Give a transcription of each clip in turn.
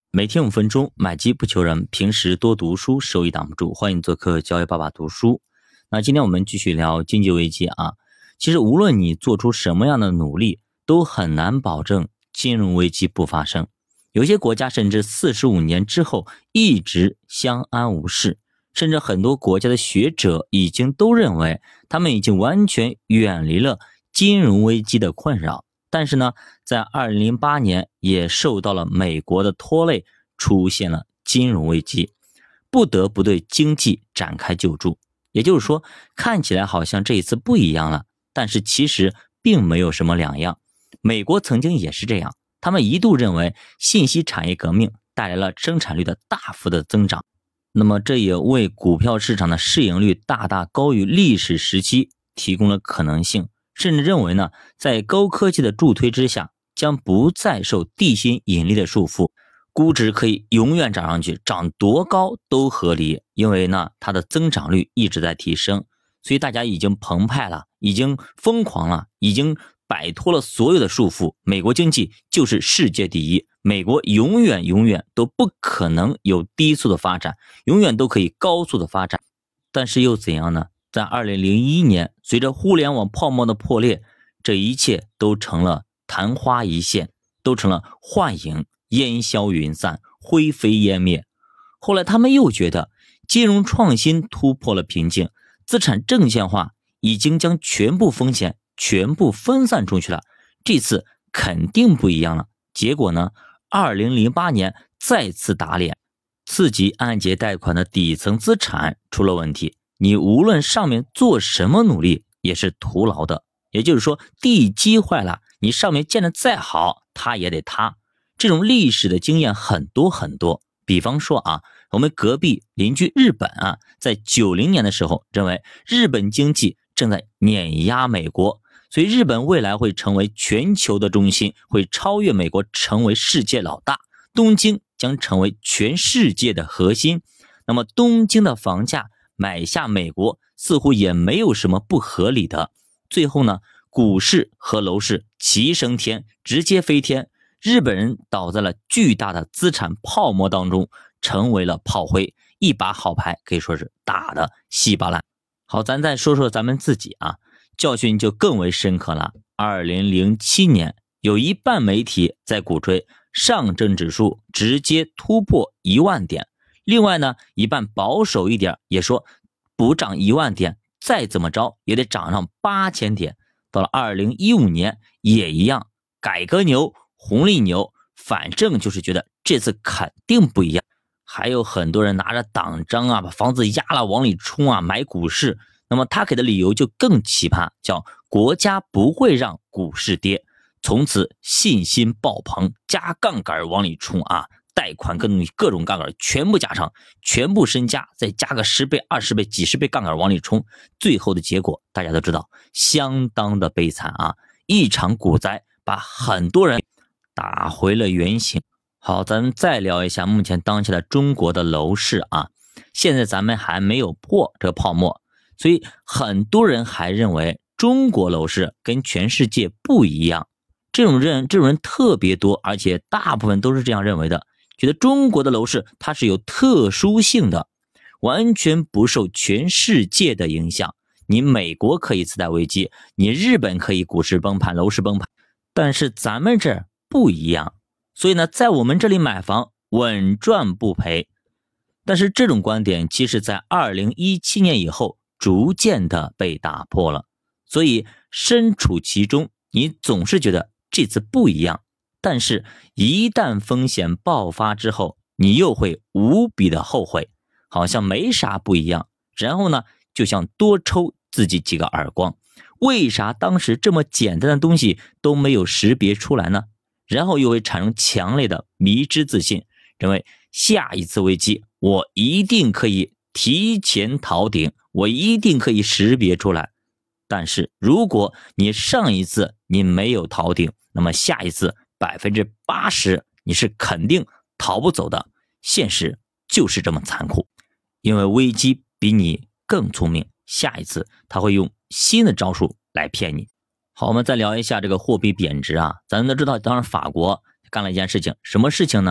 每天5分钟，买基不求人，平时多读书，收益挡不住。欢迎做客教育爸爸读书。那今天我们继续聊经济危机啊。其实无论你做出什么样的努力，都很难保证金融危机不发生。有些国家甚至45年之后一直相安无事，甚至很多国家的学者已经都认为他们已经完全远离了金融危机的困扰。但是呢，在2008年也受到了美国的拖累，出现了金融危机，不得不对经济展开救助。也就是说，看起来好像这一次不一样了，但是其实并没有什么两样。美国曾经也是这样，他们一度认为信息产业革命带来了生产率的大幅的增长，那么这也为股票市场的市盈率大大高于历史时期提供了可能性。甚至认为呢，在高科技的助推之下，将不再受地心引力的束缚，估值可以永远涨上去，涨多高都合理，因为呢，它的增长率一直在提升，所以大家已经澎湃了，已经疯狂了，已经摆脱了所有的束缚。美国经济就是世界第一，美国永远都不可能有低速的发展，永远都可以高速的发展。但是又怎样呢？在2001年，随着互联网泡沫的破裂，这一切都成了昙花一现，都成了幻影，烟消云散，灰飞烟灭。后来他们又觉得金融创新突破了瓶颈，资产证券化已经将全部风险全部分散出去了，这次肯定不一样了。结果呢，2008年再次打脸，次级按揭贷款的底层资产出了问题，你无论上面做什么努力也是徒劳的。也就是说，地基坏了，你上面建得再好，它也得塌。这种历史的经验很多。比方说啊，我们隔壁邻居日本啊，在90年的时候认为日本经济正在碾压美国，所以日本未来会成为全球的中心，会超越美国成为世界老大，东京将成为全世界的核心。那么东京的房价买下美国似乎也没有什么不合理的。最后呢，股市和楼市齐升天，直接飞天，日本人倒在了巨大的资产泡沫当中，成为了炮灰，一把好牌可以说是打得稀巴烂。好，咱再说说咱们自己啊，教训就更为深刻了。2007年有一半媒体在鼓吹上证指数直接突破1万点，另外呢，一半保守一点也说不涨1万点，再怎么着也得涨上8000点。到了2015年也一样，改革牛，红利牛，反正就是觉得这次肯定不一样。还有很多人拿着党章啊，把房子压了往里冲啊，买股市。那么他给的理由就更奇葩，叫国家不会让股市跌，从此信心爆棚，加杠杆往里冲啊，贷款各种杠杆全部加上，全部身家再加个10倍、20倍、几十倍杠杆往里冲，最后的结果大家都知道，相当的悲惨啊！一场股灾把很多人打回了原形。好，咱们再聊一下目前当下的中国的楼市啊。现在咱们还没有破这个泡沫，所以很多人还认为中国楼市跟全世界不一样。这种人特别多，而且大部分都是这样认为的，觉得中国的楼市它是有特殊性的，完全不受全世界的影响。你美国可以次贷危机，你日本可以股市崩盘、楼市崩盘，但是咱们这儿不一样。所以呢，在我们这里买房稳赚不赔。但是这种观点其实在2017年以后逐渐的被打破了。所以身处其中，你总是觉得这次不一样，但是一旦风险爆发之后，你又会无比的后悔，好像没啥不一样，然后呢，就想多抽自己几个耳光。为啥当时这么简单的东西都没有识别出来呢？然后又会产生强烈的迷之自信，认为下一次危机我一定可以提前逃顶，我一定可以识别出来。但是如果你上一次你没有逃顶，那么下一次80%你是肯定逃不走的。现实就是这么残酷，因为危机比你更聪明，下一次他会用新的招数来骗你。好，我们再聊一下这个货币贬值啊。咱们都知道，当时法国干了一件事情，什么事情呢？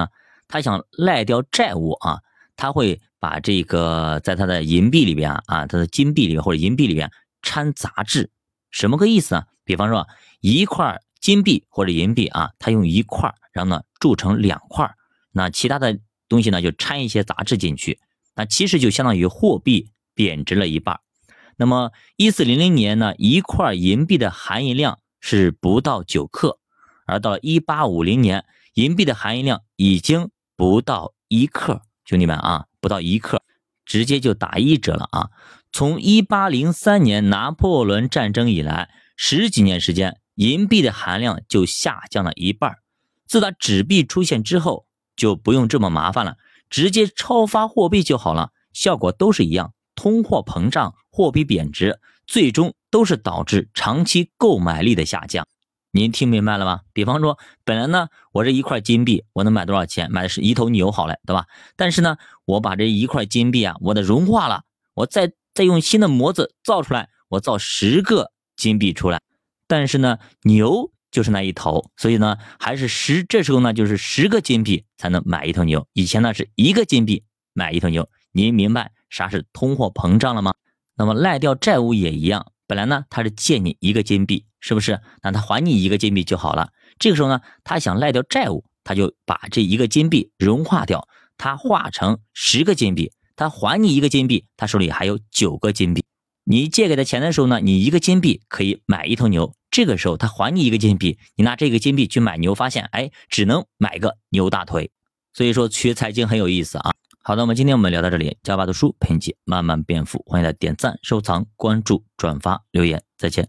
他想赖掉债务啊，他会把这个在他的银币里边啊，他的金币里面或者银币里边掺杂质，什么个意思呢？比方说一块金币或者银币啊，他用一块，然后呢铸成2块，那其他的东西呢就掺一些杂质进去，那其实就相当于货币贬值了一半。那么1400年呢，一块银币的含银量是不到9克，而到了1850年，银币的含银量已经不到1克，兄弟们啊，不到1克，直接就打1折了啊！从1803年拿破仑战争以来，10几年时间，银币的含量就下降了一半。自打纸币出现之后，就不用这么麻烦了，直接超发货币就好了，效果都是一样，通货膨胀、货币贬值，最终都是导致长期购买力的下降。您听明白了吗？比方说，本来呢，我这一块金币我能买多少钱？买的是1头牛好了，对吧？但是呢，我把这一块金币啊，我的融化了，我再用新的模子造出来，我造10个金币出来。但是呢，牛就是那一头，所以呢，还是这时候呢，就是10个金币才能买一头牛。以前呢是1个金币买一头牛。您明白啥是通货膨胀了吗？那么赖掉债务也一样，本来呢他是借你1个金币，是不是？那他还你1个金币就好了。这个时候呢，他想赖掉债务，他就把这1个金币融化掉，他化成10个金币，他还你1个金币，他手里还有9个金币。你借给他钱的时候呢，你1个金币可以买一头牛，这个时候他还你1个金币，你拿这个金币去买牛，发现哎，只能买个牛大腿。所以说学财经很有意思啊。好的，今天我们聊到这里，教爸读书陪你慢慢变富，欢迎来点赞、收藏、关注、转发、留言，再见。